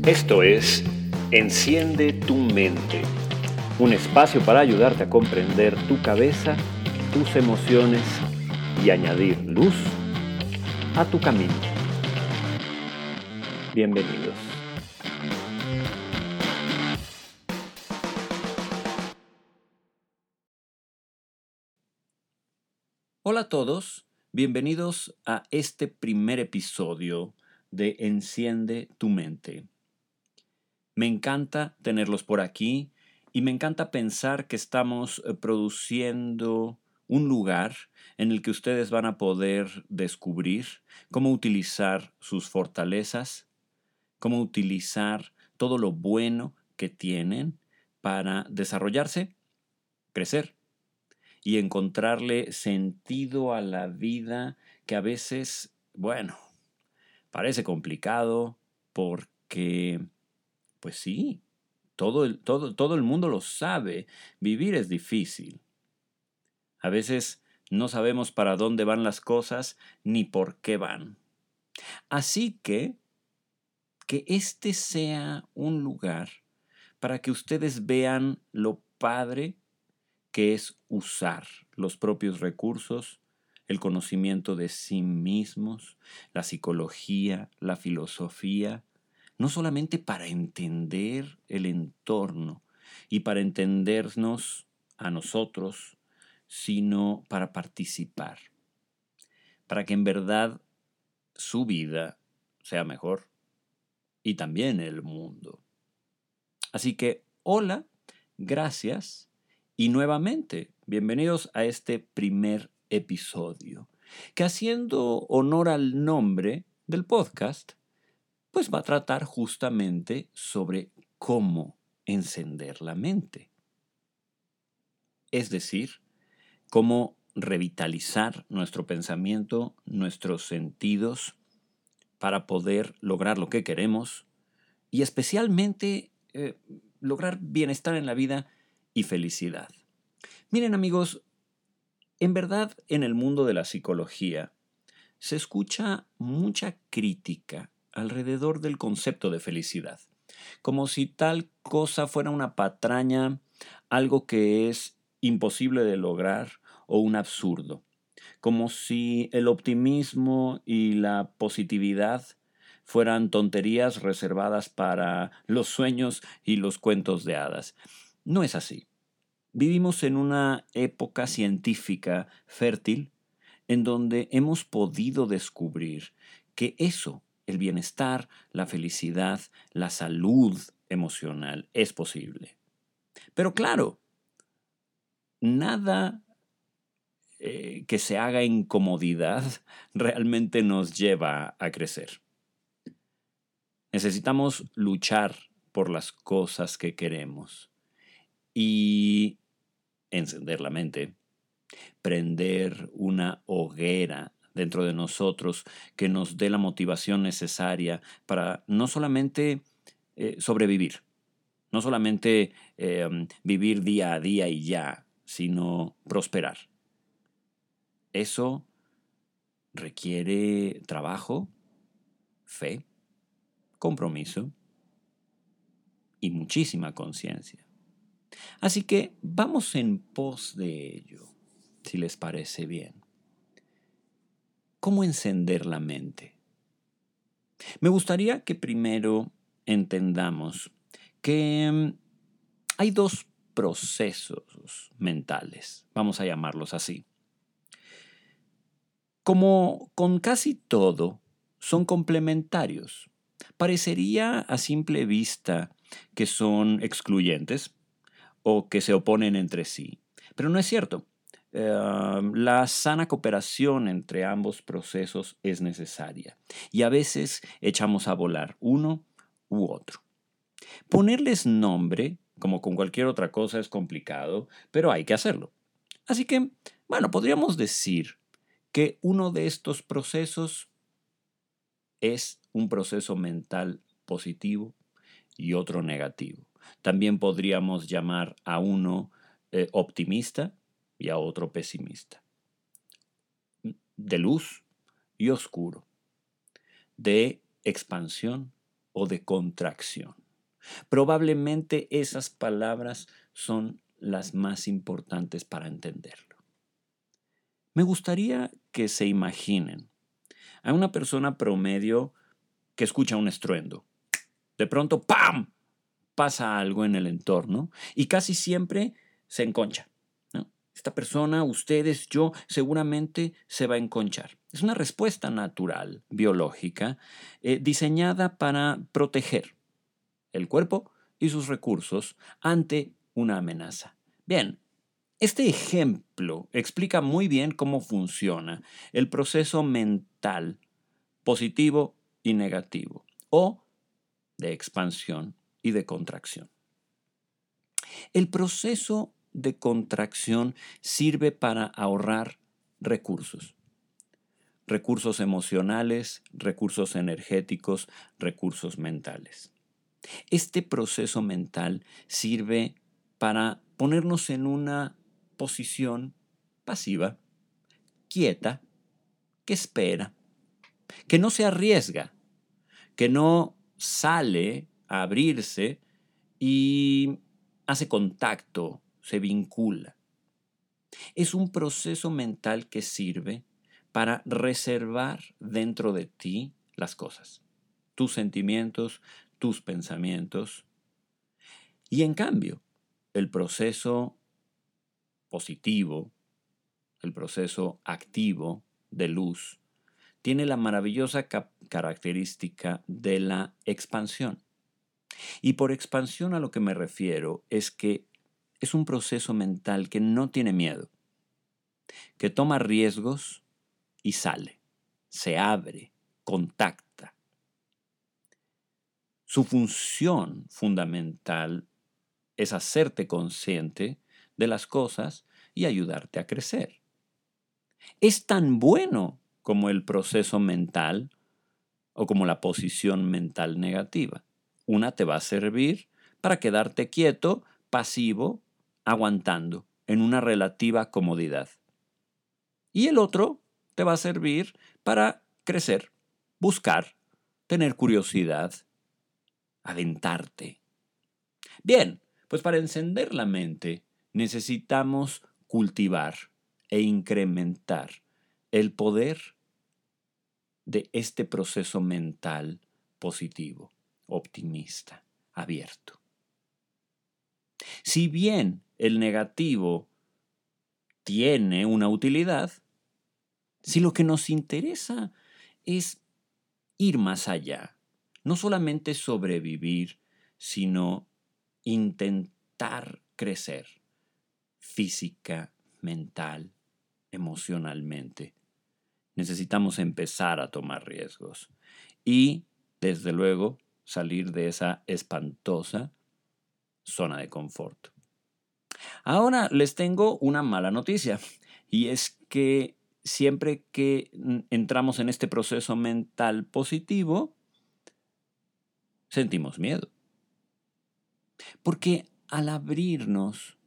Esto es Enciende tu mente, un espacio para ayudarte a comprender tu cabeza, tus emociones y añadir luz a tu camino. Bienvenidos. Hola a todos, bienvenidos a este primer episodio de Enciende tu mente. Me encanta tenerlos por aquí y me encanta pensar que estamos produciendo un lugar en el que ustedes van a poder descubrir cómo utilizar sus fortalezas, cómo utilizar todo lo bueno que tienen para desarrollarse, crecer y encontrarle sentido a la vida que a veces, bueno, parece complicado porque, pues sí, todo el mundo lo sabe. Vivir es difícil. A veces no sabemos para dónde van las cosas ni por qué van. Así que este sea un lugar para que ustedes vean lo padre que es usar los propios recursos, el conocimiento de sí mismos, la psicología, la filosofía, no solamente para entender el entorno y para entendernos a nosotros, sino para participar, para que en verdad su vida sea mejor y también el mundo. Así que, hola, gracias y nuevamente, bienvenidos a este primer episodio, que haciendo honor al nombre del podcast, pues va a tratar justamente sobre cómo encender la mente. Es decir, cómo revitalizar nuestro pensamiento, nuestros sentidos, para poder lograr lo que queremos y especialmente lograr bienestar en la vida y felicidad. Miren amigos, en verdad en el mundo de la psicología se escucha mucha crítica alrededor del concepto de felicidad, como si tal cosa fuera una patraña, algo que es imposible de lograr o un absurdo, como si el optimismo y la positividad fueran tonterías reservadas para los sueños y los cuentos de hadas. No es así. Vivimos en una época científica fértil en donde hemos podido descubrir que eso, el bienestar, la felicidad, la salud emocional, es posible. Pero claro, nada que se haga en comodidad realmente nos lleva a crecer. Necesitamos luchar por las cosas que queremos y encender la mente, prender una hoguera dentro de nosotros que nos dé la motivación necesaria para no solamente sobrevivir, no solamente vivir día a día y ya, sino prosperar. Eso requiere trabajo, fe, compromiso y muchísima conciencia. Así que vamos en pos de ello, si les parece bien. ¿Cómo encender la mente? Me gustaría que primero entendamos que hay dos procesos mentales, vamos a llamarlos así. Como con casi todo, son complementarios. Parecería a simple vista que son excluyentes o que se oponen entre sí, pero no es cierto. La sana cooperación entre ambos procesos es necesaria y a veces echamos a volar uno u otro. Ponerles nombre, como con cualquier otra cosa, es complicado, pero hay que hacerlo. Así que, bueno, podríamos decir que uno de estos procesos es un proceso mental positivo y otro negativo. También podríamos llamar a uno optimista y a otro pesimista. De luz y oscuro. De expansión o de contracción. Probablemente esas palabras son las más importantes para entenderlo. Me gustaría que se imaginen a una persona promedio que escucha un estruendo. De pronto, ¡pam!, pasa algo en el entorno y casi siempre se enconcha, ¿no? Esta persona, ustedes, yo, seguramente se va a enconchar. Es una respuesta natural, biológica, diseñada para proteger el cuerpo y sus recursos ante una amenaza. Bien, este ejemplo explica muy bien cómo funciona el proceso mental positivo y negativo, o de expansión y de contracción. El proceso de contracción sirve para ahorrar recursos. Recursos emocionales, recursos energéticos, recursos mentales. Este proceso mental sirve para ponernos en una posición pasiva, quieta, que espera, que no se arriesga, que no sale a abrirse y hace contacto, se vincula. Es un proceso mental que sirve para reservar dentro de ti las cosas, tus sentimientos, tus pensamientos. Y en cambio, el proceso positivo, el proceso activo de luz, tiene la maravillosa característica de la expansión. Y por expansión a lo que me refiero es que es un proceso mental que no tiene miedo, que toma riesgos y sale, se abre, contacta. Su función fundamental es hacerte consciente de las cosas y ayudarte a crecer. Es tan bueno como el proceso mental o como la posición mental negativa. Una te va a servir para quedarte quieto, pasivo, aguantando, en una relativa comodidad. Y el otro te va a servir para crecer, buscar, tener curiosidad, aventarte. Bien, pues para encender la mente necesitamos cultivar e incrementar el poder de este proceso mental positivo, optimista, abierto. Si bien el negativo tiene una utilidad, si lo que nos interesa es ir más allá, no solamente sobrevivir, sino intentar crecer física, mental, emocionalmente, necesitamos empezar a tomar riesgos y, desde luego, salir de esa espantosa zona de confort. Ahora les tengo una mala noticia, y es que siempre que entramos en este proceso mental positivo, sentimos miedo. Porque al abrirnos,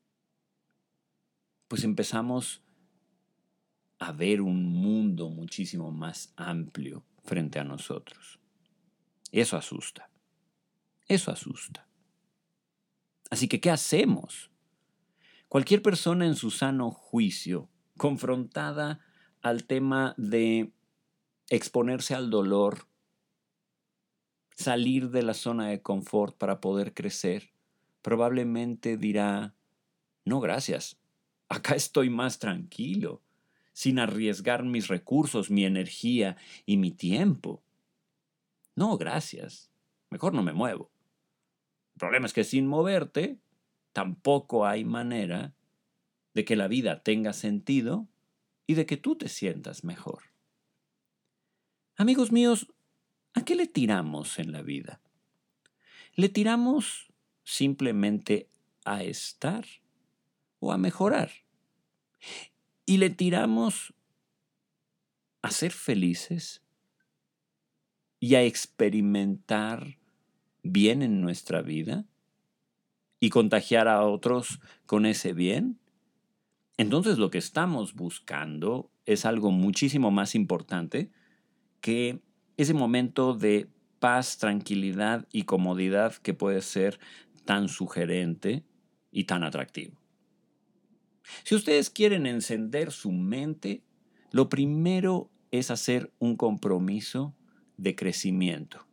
pues empezamos a ver un mundo muchísimo más amplio frente a nosotros. Eso asusta. Eso asusta. Así que, ¿qué hacemos? Cualquier persona en su sano juicio, confrontada al tema de exponerse al dolor, salir de la zona de confort para poder crecer, probablemente dirá, no, gracias, acá estoy más tranquilo, sin arriesgar mis recursos, mi energía y mi tiempo. No, gracias, mejor no me muevo. El problema es que sin moverte, tampoco hay manera de que la vida tenga sentido y de que tú te sientas mejor. Amigos míos, ¿a qué le tiramos en la vida? ¿Le tiramos simplemente a estar o a mejorar? ¿Y le tiramos a ser felices y a experimentar bien en nuestra vida y contagiar a otros con ese bien? Entonces lo que estamos buscando es algo muchísimo más importante que ese momento de paz, tranquilidad y comodidad que puede ser tan sugerente y tan atractivo. Si ustedes quieren encender su mente, lo primero es hacer un compromiso de crecimiento.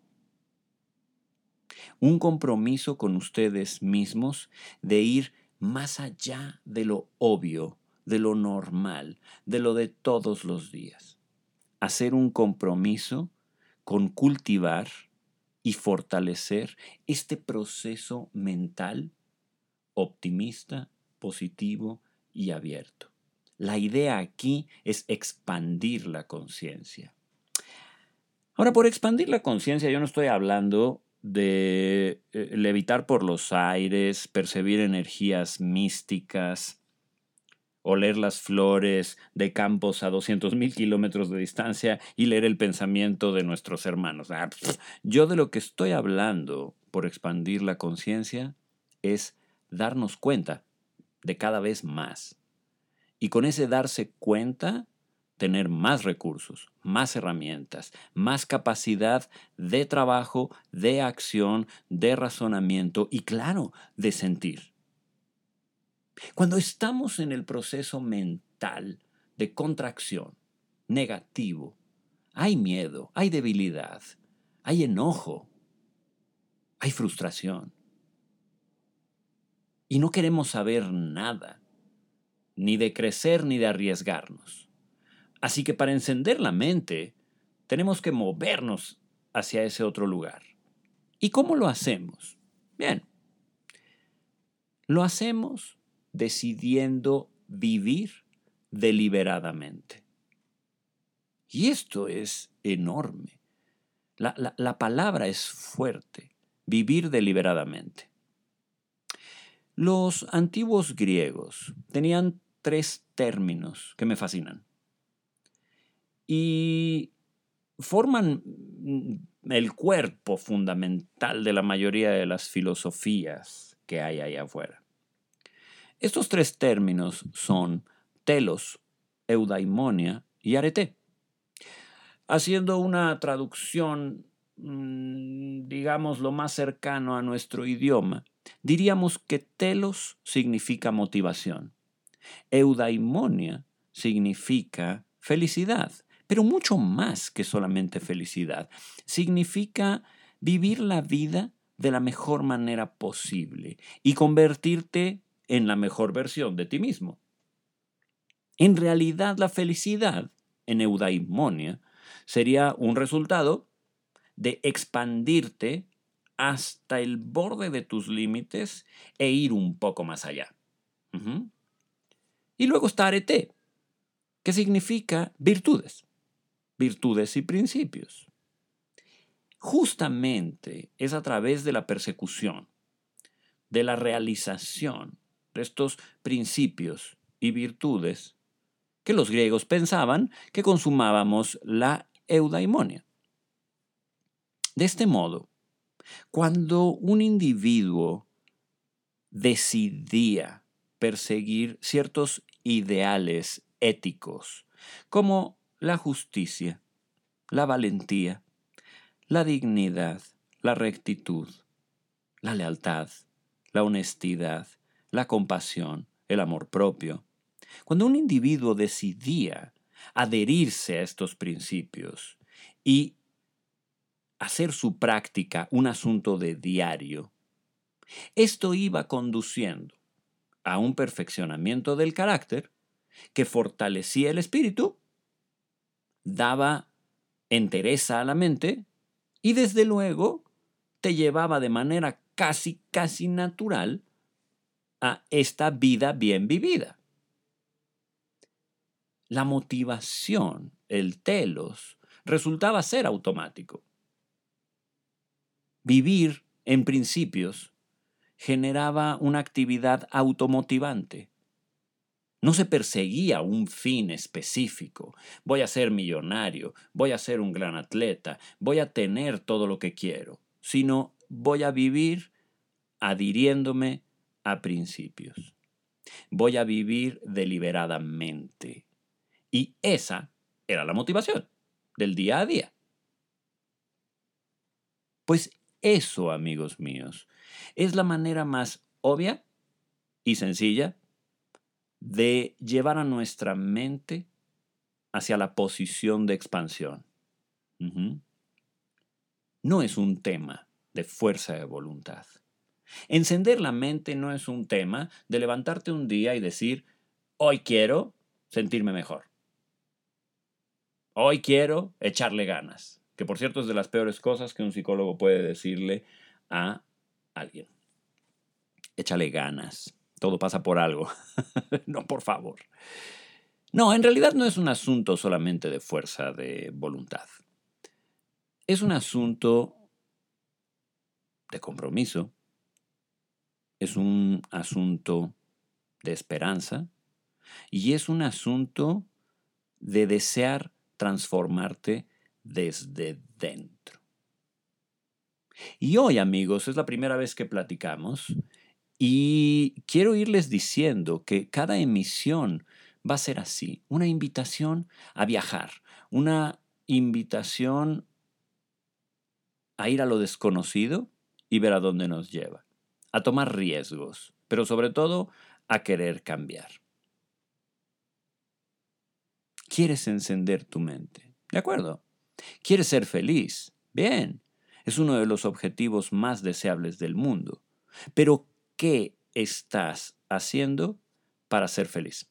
Un compromiso con ustedes mismos de ir más allá de lo obvio, de lo normal, de lo de todos los días. Hacer un compromiso con cultivar y fortalecer este proceso mental optimista, positivo y abierto. La idea aquí es expandir la conciencia. Ahora, por expandir la conciencia, yo no estoy hablando de levitar por los aires, percibir energías místicas, oler las flores de campos a 200,000 kilómetros de distancia y leer el pensamiento de nuestros hermanos. Yo de lo que estoy hablando por expandir la conciencia es darnos cuenta de cada vez más. Y con ese darse cuenta, tener más recursos, más herramientas, más capacidad de trabajo, de acción, de razonamiento y, claro, de sentir. Cuando estamos en el proceso mental de contracción, negativo, hay miedo, hay debilidad, hay enojo, hay frustración. Y no queremos saber nada, ni de crecer ni de arriesgarnos. Así que para encender la mente, tenemos que movernos hacia ese otro lugar. ¿Y cómo lo hacemos? Bien, lo hacemos decidiendo vivir deliberadamente. Y esto es enorme. La palabra es fuerte, vivir deliberadamente. Los antiguos griegos tenían 3 términos que me fascinan y forman el cuerpo fundamental de la mayoría de las filosofías que hay allá afuera. Estos 3 términos son telos, eudaimonia y arete. Haciendo una traducción, digamos, lo más cercano a nuestro idioma, diríamos que telos significa motivación, eudaimonia significa felicidad, pero mucho más que solamente felicidad. Significa vivir la vida de la mejor manera posible y convertirte en la mejor versión de ti mismo. En realidad, la felicidad, en eudaimonia, sería un resultado de expandirte hasta el borde de tus límites e ir un poco más allá. Y luego está arete, que significa virtudes, virtudes y principios. Justamente es a través de la persecución, de la realización de estos principios y virtudes que los griegos pensaban que consumábamos la eudaimonia. De este modo, cuando un individuo decidía perseguir ciertos ideales éticos, como la justicia, la valentía, la dignidad, la rectitud, la lealtad, la honestidad, la compasión, el amor propio. Cuando un individuo decidía adherirse a estos principios y hacer su práctica un asunto de diario, esto iba conduciendo a un perfeccionamiento del carácter que fortalecía el espíritu, daba entereza a la mente y desde luego te llevaba de manera casi natural a esta vida bien vivida. La motivación, el telos, resultaba ser automático. Vivir en principios generaba una actividad automotivante. No se perseguía un fin específico. Voy a ser millonario, voy a ser un gran atleta, voy a tener todo lo que quiero, sino voy a vivir adhiriéndome a principios. Voy a vivir deliberadamente. Y esa era la motivación del día a día. Pues eso, amigos míos, es la manera más obvia y sencilla de llevar a nuestra mente hacia la posición de expansión. Ujú. No es un tema de fuerza de voluntad. Encender la mente no es un tema de levantarte un día y decir, hoy quiero sentirme mejor. Hoy quiero echarle ganas. Que por cierto es de las peores cosas que un psicólogo puede decirle a alguien. Échale ganas. Todo pasa por algo. No, por favor. No, en realidad no es un asunto solamente de fuerza de voluntad. Es un asunto de compromiso. Es un asunto de esperanza. Y es un asunto de desear transformarte desde dentro. Y hoy, amigos, es la primera vez que platicamos y quiero irles diciendo que cada emisión va a ser así, una invitación a viajar, una invitación a ir a lo desconocido y ver a dónde nos lleva, a tomar riesgos, pero sobre todo a querer cambiar. ¿Quieres encender tu mente? ¿De acuerdo? ¿Quieres ser feliz? Bien, es uno de los objetivos más deseables del mundo. Pero, ¿qué estás haciendo para ser feliz?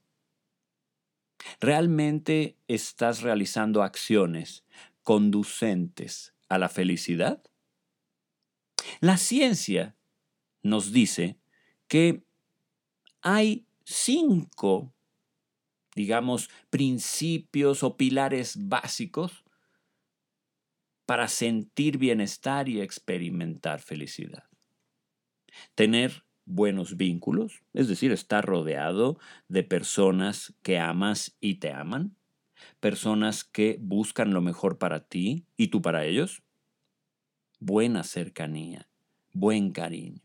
¿Realmente estás realizando acciones conducentes a la felicidad? La ciencia nos dice que hay 5, digamos, principios o pilares básicos para sentir bienestar y experimentar felicidad. Tener buenos vínculos, es decir, estar rodeado de personas que amas y te aman, personas que buscan lo mejor para ti y tú para ellos. Buena cercanía, buen cariño.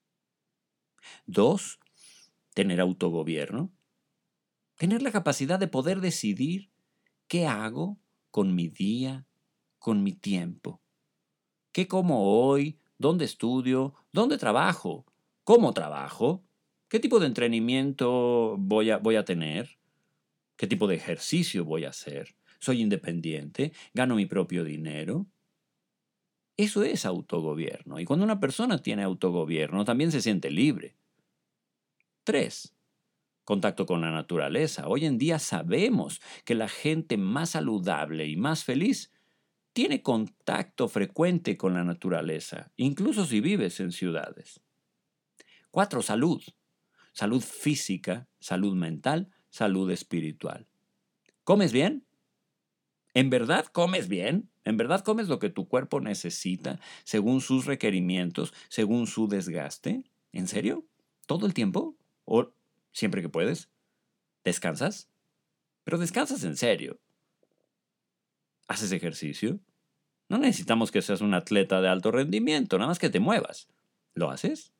2, tener autogobierno, tener la capacidad de poder decidir qué hago con mi día, con mi tiempo. ¿Qué como hoy? ¿Dónde estudio? ¿Dónde trabajo? ¿Cómo trabajo? ¿Qué tipo de entrenamiento voy a tener? ¿Qué tipo de ejercicio voy a hacer? ¿Soy independiente? ¿Gano mi propio dinero? Eso es autogobierno. Y cuando una persona tiene autogobierno, también se siente libre. 3, contacto con la naturaleza. Hoy en día sabemos que la gente más saludable y más feliz tiene contacto frecuente con la naturaleza, incluso si vives en ciudades. 4, salud. Salud física, salud mental, salud espiritual. ¿Comes bien? ¿En verdad comes bien? ¿En verdad comes lo que tu cuerpo necesita según sus requerimientos, según su desgaste? ¿En serio? ¿Todo el tiempo? ¿O siempre que puedes? ¿Descansas? Pero descansas en serio. ¿Haces ejercicio? No necesitamos que seas un atleta de alto rendimiento, nada más que te muevas. ¿Lo haces?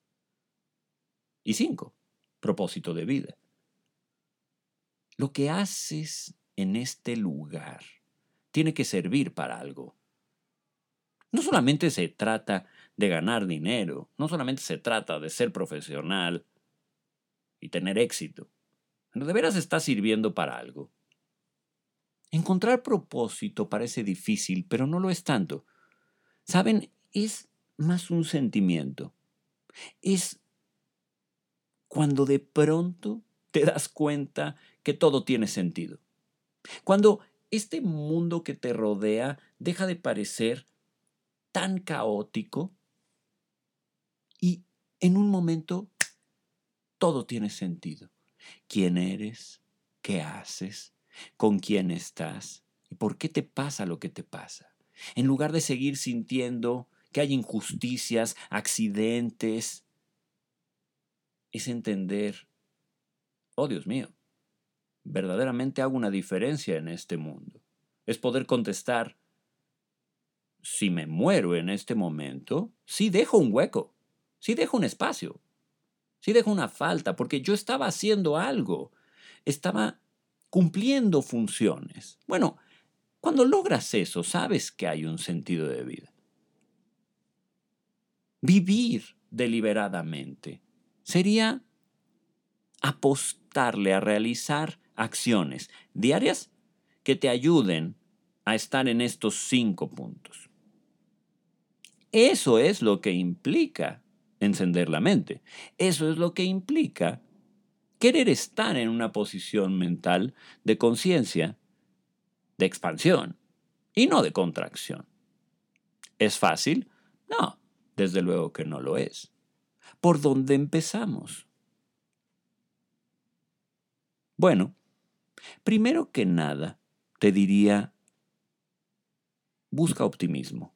Y 5, propósito de vida. Lo que haces en este lugar tiene que servir para algo. No solamente se trata de ganar dinero, no solamente se trata de ser profesional y tener éxito. Pero de veras está sirviendo para algo. Encontrar propósito parece difícil, pero no lo es tanto. ¿Saben? Es más un sentimiento. Es cuando de pronto te das cuenta que todo tiene sentido. Cuando este mundo que te rodea deja de parecer tan caótico y en un momento todo tiene sentido. ¿Quién eres? ¿Qué haces? ¿Con quién estás? ¿Y por qué te pasa lo que te pasa? En lugar de seguir sintiendo que hay injusticias, accidentes, es entender, oh Dios mío, verdaderamente hago una diferencia en este mundo. Es poder contestar, si me muero en este momento, sí dejo un hueco, sí dejo un espacio, sí dejo una falta, porque yo estaba haciendo algo, estaba cumpliendo funciones. Bueno, cuando logras eso, sabes que hay un sentido de vida. Vivir deliberadamente sería apostarle a realizar acciones diarias que te ayuden a estar en estos 5 puntos. Eso es lo que implica encender la mente. Eso es lo que implica querer estar en una posición mental de conciencia, de expansión y no de contracción. ¿Es fácil? No, desde luego que no lo es. ¿Por dónde empezamos? Bueno, primero que nada, te diría, busca optimismo.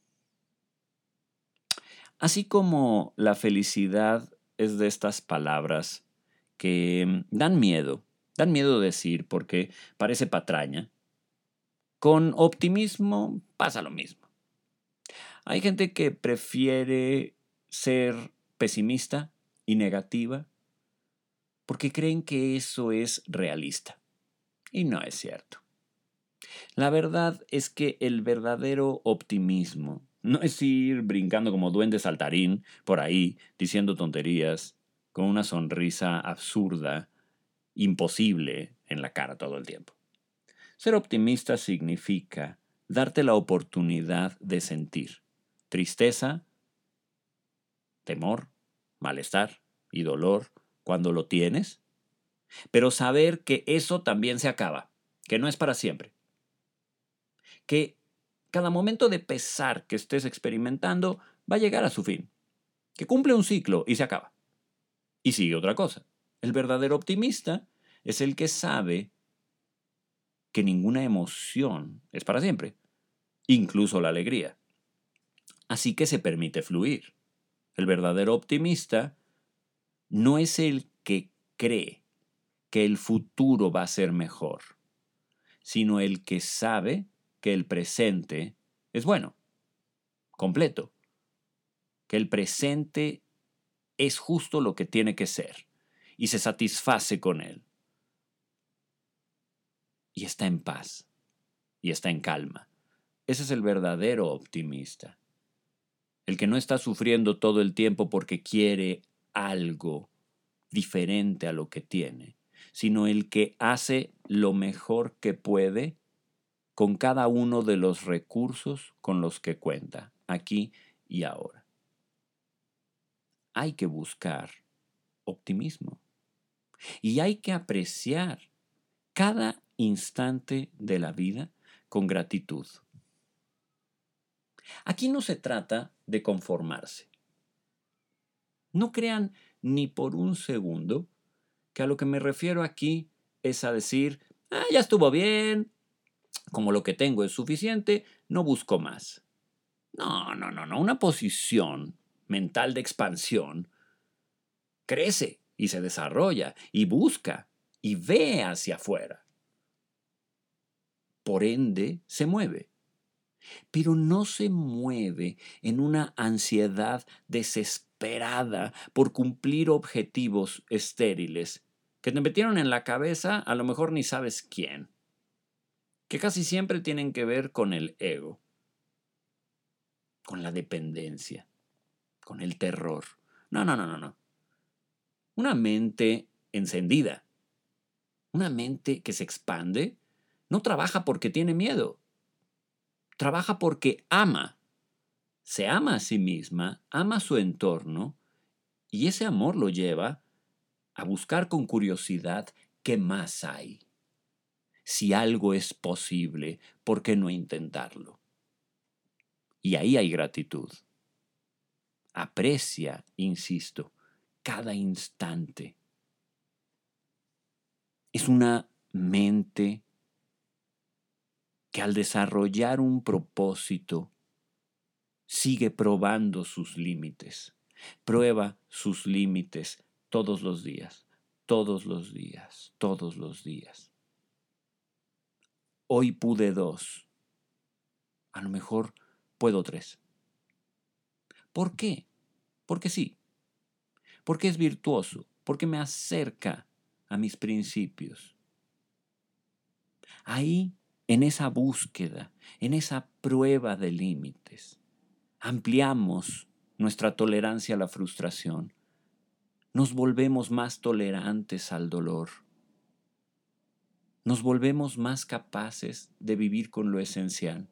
Así como la felicidad es de estas palabras que dan miedo decir porque parece patraña, con optimismo pasa lo mismo. Hay gente que prefiere ser pesimista y negativa porque creen que eso es realista. Y no es cierto. La verdad es que el verdadero optimismo no es ir brincando como duende saltarín por ahí, diciendo tonterías, con una sonrisa absurda, imposible en la cara todo el tiempo. Ser optimista significa darte la oportunidad de sentir tristeza, temor, malestar y dolor cuando lo tienes, pero saber que eso también se acaba, que no es para siempre, que cada momento de pesar que estés experimentando va a llegar a su fin, que cumple un ciclo y se acaba. Y sigue otra cosa. El verdadero optimista es el que sabe que ninguna emoción es para siempre, incluso la alegría. Así que se permite fluir. El verdadero optimista no es el que cree que el futuro va a ser mejor, sino el que sabe que el presente es bueno, completo, que el presente es justo lo que tiene que ser y se satisface con él. Y está en paz y está en calma. Ese es el verdadero optimista. El que no está sufriendo todo el tiempo porque quiere algo diferente a lo que tiene, sino el que hace lo mejor que puede con cada uno de los recursos con los que cuenta, aquí y ahora. Hay que buscar optimismo y hay que apreciar cada instante de la vida con gratitud. Aquí no se trata de conformarse. No crean ni por un segundo que a lo que me refiero aquí es a decir, ya estuvo bien, como lo que tengo es suficiente, no busco más. No, no, no, no. Una posición mental de expansión crece y se desarrolla y busca y ve hacia afuera. Por ende, se mueve. Pero no se mueve en una ansiedad desesperada por cumplir objetivos estériles que te metieron en la cabeza a lo mejor ni sabes quién, que casi siempre tienen que ver con el ego, con la dependencia, con el terror. No, no, no, no, no. Una mente encendida, una mente que se expande, no trabaja porque tiene miedo, trabaja porque ama. Se ama a sí misma, ama su entorno y ese amor lo lleva a buscar con curiosidad qué más hay. Si algo es posible, ¿por qué no intentarlo? Y ahí hay gratitud. Aprecia, insisto, cada instante. Es una mente que al desarrollar un propósito sigue probando sus límites. Prueba sus límites todos los días, todos los días, todos los días. Hoy pude 2, a lo mejor puedo 3. ¿Por qué? Porque sí, porque es virtuoso, porque me acerca a mis principios. Ahí, en esa búsqueda, en esa prueba de límites, ampliamos nuestra tolerancia a la frustración. Nos volvemos más tolerantes al dolor. Nos volvemos más capaces de vivir con lo esencial.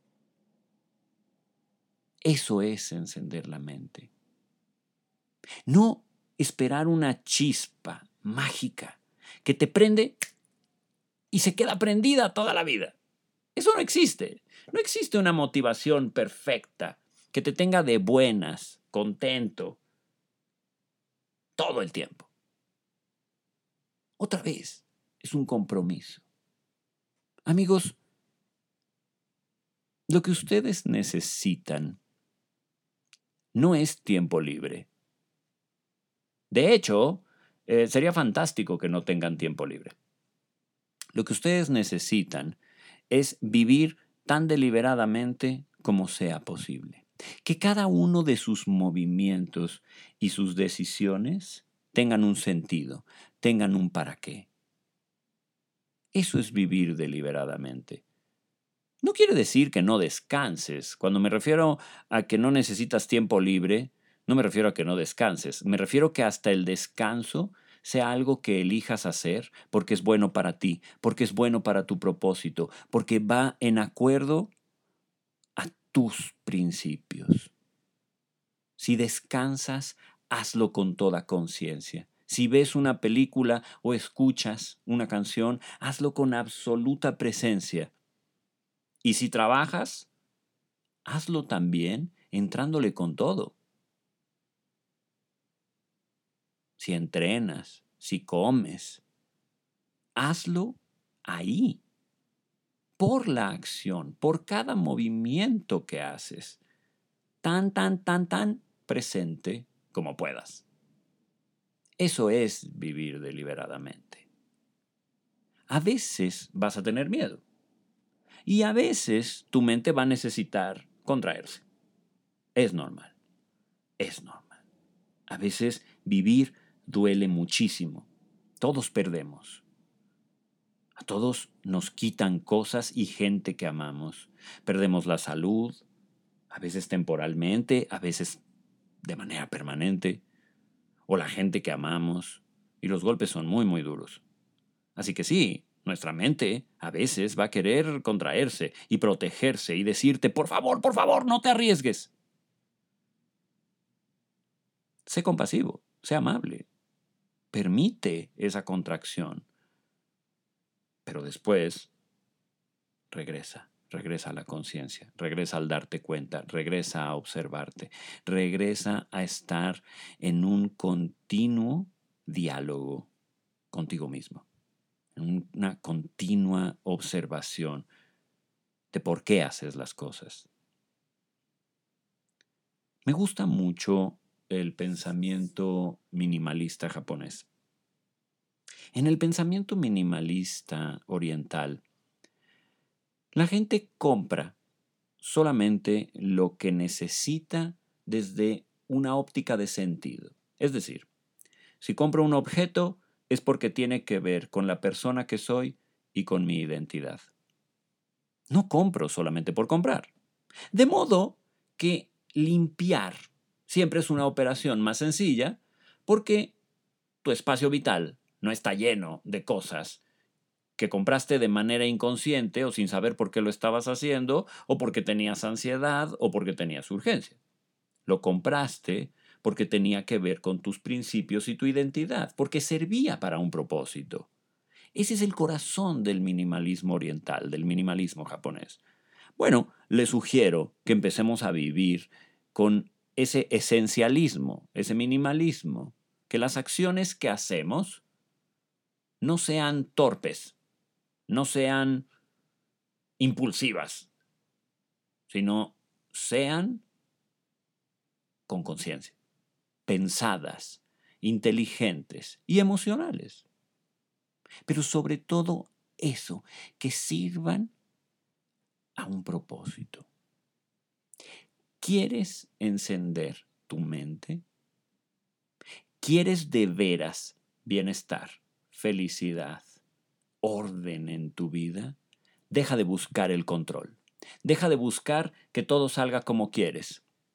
Eso es encender la mente. No esperar una chispa mágica que te prende y se queda prendida toda la vida. Eso no existe. No existe una motivación perfecta que te tenga de buenas, contento, todo el tiempo. Otra vez, es un compromiso. Amigos, lo que ustedes necesitan no es tiempo libre. De hecho, sería fantástico que no tengan tiempo libre. Lo que ustedes necesitan es vivir tan deliberadamente como sea posible. Que cada uno de sus movimientos y sus decisiones tengan un sentido, tengan un para qué. Eso es vivir deliberadamente. No quiere decir que no descanses. Cuando me refiero a que no necesitas tiempo libre, no me refiero a que no descanses. Me refiero que hasta el descanso sea algo que elijas hacer porque es bueno para ti, porque es bueno para tu propósito, porque va en acuerdo a tus principios. Si descansas, hazlo con toda conciencia. Si ves una película o escuchas una canción, hazlo con absoluta presencia. Y si trabajas, hazlo también entrándole con todo. Si entrenas, si comes, hazlo ahí, por la acción, por cada movimiento que haces, tan presente como puedas. Eso es vivir deliberadamente. A veces vas a tener miedo y a veces tu mente va a necesitar contraerse. Es normal, es normal. A veces vivir duele muchísimo. Todos perdemos. A todos nos quitan cosas y gente que amamos. Perdemos la salud, a veces temporalmente, a veces de manera permanente, o la gente que amamos, y los golpes son muy duros. Así que sí, nuestra mente a veces va a querer contraerse y protegerse y decirte, por favor, no te arriesgues. Sé compasivo, sé amable, permite esa contracción, pero después regresa a la conciencia, regresa al darte cuenta, regresa a observarte, regresa a estar en un continuo diálogo contigo mismo, en una continua observación de por qué haces las cosas. Me gusta mucho el pensamiento minimalista japonés. En el pensamiento minimalista oriental, la gente compra solamente lo que necesita desde una óptica de sentido. Es decir, si compro un objeto es porque tiene que ver con la persona que soy y con mi identidad. No compro solamente por comprar. De modo que limpiar siempre es una operación más sencilla porque tu espacio vital no está lleno de cosas que compraste de manera inconsciente o sin saber por qué lo estabas haciendo, o porque tenías ansiedad o porque tenías urgencia. Lo compraste porque tenía que ver con tus principios y tu identidad, porque servía para un propósito. Ese es el corazón del minimalismo oriental, del minimalismo japonés. Bueno, le sugiero que empecemos a vivir con ese esencialismo, ese minimalismo, que las acciones que hacemos no sean torpes, no sean impulsivas, sino sean con conciencia, pensadas, inteligentes y emocionales. Pero sobre todo eso, que sirvan a un propósito. ¿Quieres encender tu mente? ¿Quieres de veras bienestar, felicidad, orden en tu vida? Deja de buscar el control. Deja de buscar que todo salga como quieres.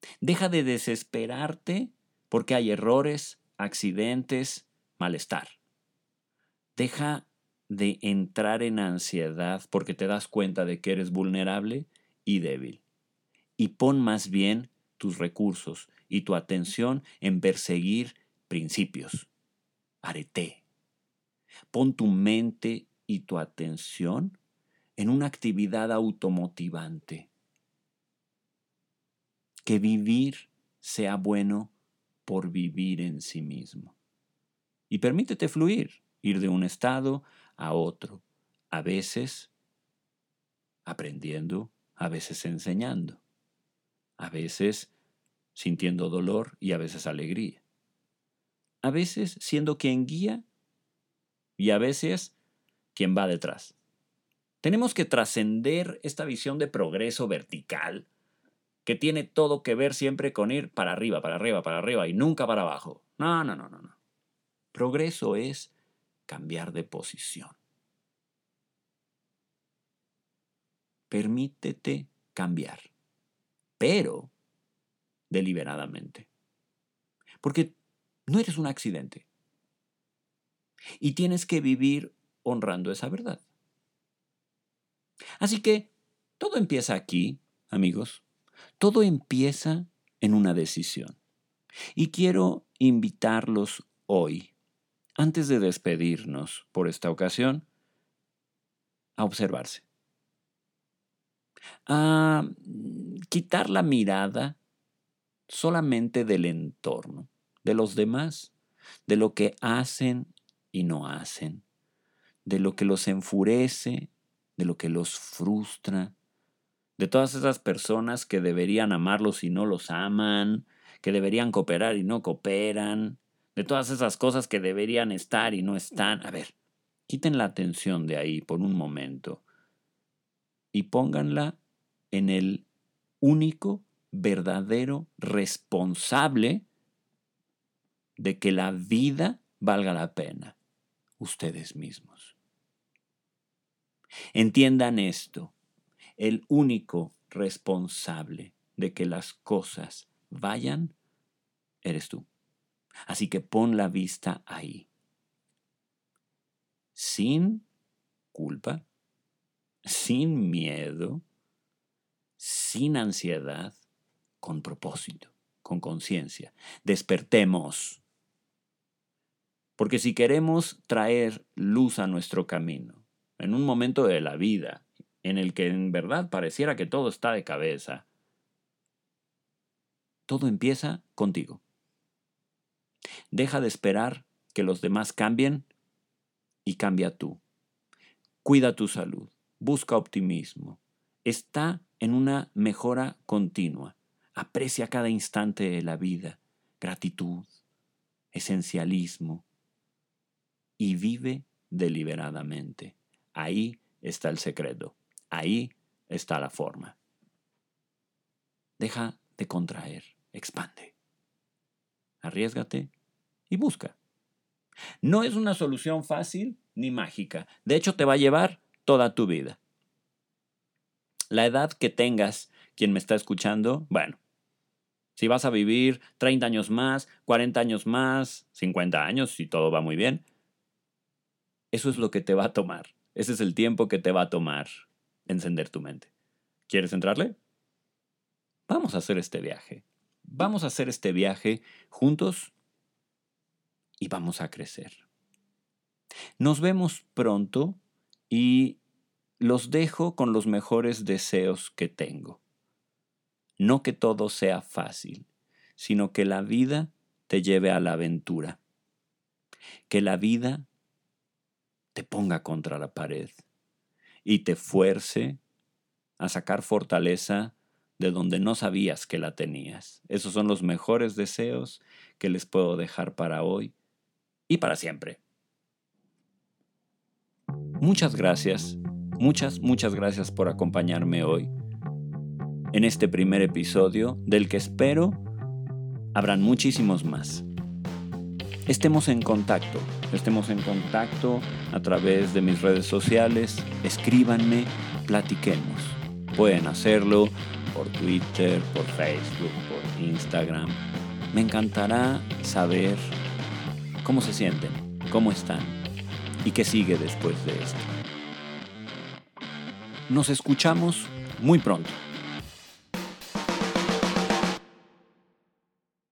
Deja de desesperarte porque hay errores, accidentes, malestar. Deja de entrar en ansiedad porque te das cuenta de que eres vulnerable y débil. Y pon más bien tus recursos y tu atención en perseguir principios. Arete. Pon tu mente y tu atención en una actividad automotivante. Que vivir sea bueno por vivir en sí mismo. Y permítete fluir, ir de un estado a otro, a veces aprendiendo, a veces enseñando, a veces sintiendo dolor y a veces alegría, a veces siendo quien guía y a veces quien va detrás. Tenemos que trascender esta visión de progreso vertical que tiene todo que ver siempre con ir para arriba, para arriba, para arriba y nunca para abajo. No. Progreso es cambiar de posición. Permítete cambiar, pero deliberadamente. Porque no eres un accidente. Y tienes que vivir honrando esa verdad. Así que todo empieza aquí, amigos. Todo empieza en una decisión. Y quiero invitarlos hoy, antes de despedirnos por esta ocasión, a observarse. A quitar la mirada solamente del entorno, de los demás, de lo que hacen y no hacen, de lo que los enfurece, de lo que los frustra, de todas esas personas que deberían amarlos y no los aman, que deberían cooperar y no cooperan, de todas esas cosas que deberían estar y no están. A ver, quiten la atención de ahí por un momento y pónganla en el único, verdadero responsable de que la vida valga la pena, ustedes mismos. Entiendan esto, el único responsable de que las cosas vayan eres tú. Así que pon la vista ahí, sin culpa, sin miedo, sin ansiedad, con propósito, con conciencia. Despertemos. Porque si queremos traer luz a nuestro camino, en un momento de la vida en el que en verdad pareciera que todo está de cabeza, todo empieza contigo. Deja de esperar que los demás cambien y cambia tú. Cuida tu salud, busca optimismo, está en una mejora continua, aprecia cada instante de la vida, gratitud, esencialismo y vive deliberadamente. Ahí está el secreto, ahí está la forma. Deja de contraer, expande, arriésgate y busca. No es una solución fácil ni mágica. De hecho, te va a llevar toda tu vida. La edad que tengas, quien me está escuchando, bueno, si vas a vivir 30 años más, 40 años más, 50 años, si todo va muy bien, eso es lo que te va a tomar. Ese es el tiempo que te va a tomar encender tu mente. ¿Quieres entrarle? Vamos a hacer este viaje. Vamos a hacer este viaje juntos y vamos a crecer. Nos vemos pronto y los dejo con los mejores deseos que tengo. No que todo sea fácil, sino que la vida te lleve a la aventura. Que la vida te ponga contra la pared y te fuerce a sacar fortaleza de donde no sabías que la tenías. Esos son los mejores deseos que les puedo dejar para hoy y para siempre. Muchas gracias, muchas gracias por acompañarme hoy en este primer episodio del que espero habrán muchísimos más. Estemos en contacto a través de mis redes sociales, escríbanme, platiquemos. Pueden hacerlo por Twitter, por Facebook, por Instagram. Me encantará saber cómo se sienten, cómo están y qué sigue después de esto. Nos escuchamos muy pronto.